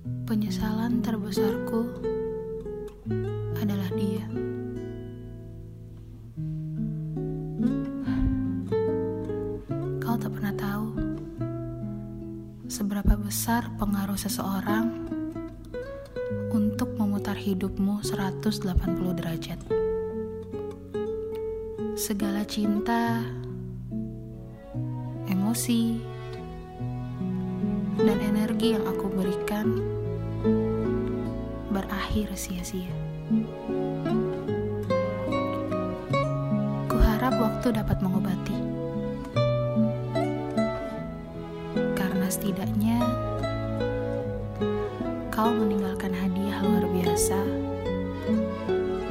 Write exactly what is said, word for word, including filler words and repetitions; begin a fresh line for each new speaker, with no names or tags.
Penyesalan terbesarku adalah dia. Kau tak pernah tahu seberapa besar pengaruh seseorang untuk memutar hidupmu seratus delapan puluh derajat. Segala cinta, emosi, dan energi yang aku berikan berakhir sia-sia. Kuharap waktu dapat mengobati, karena setidaknya kau meninggalkan hadiah luar biasa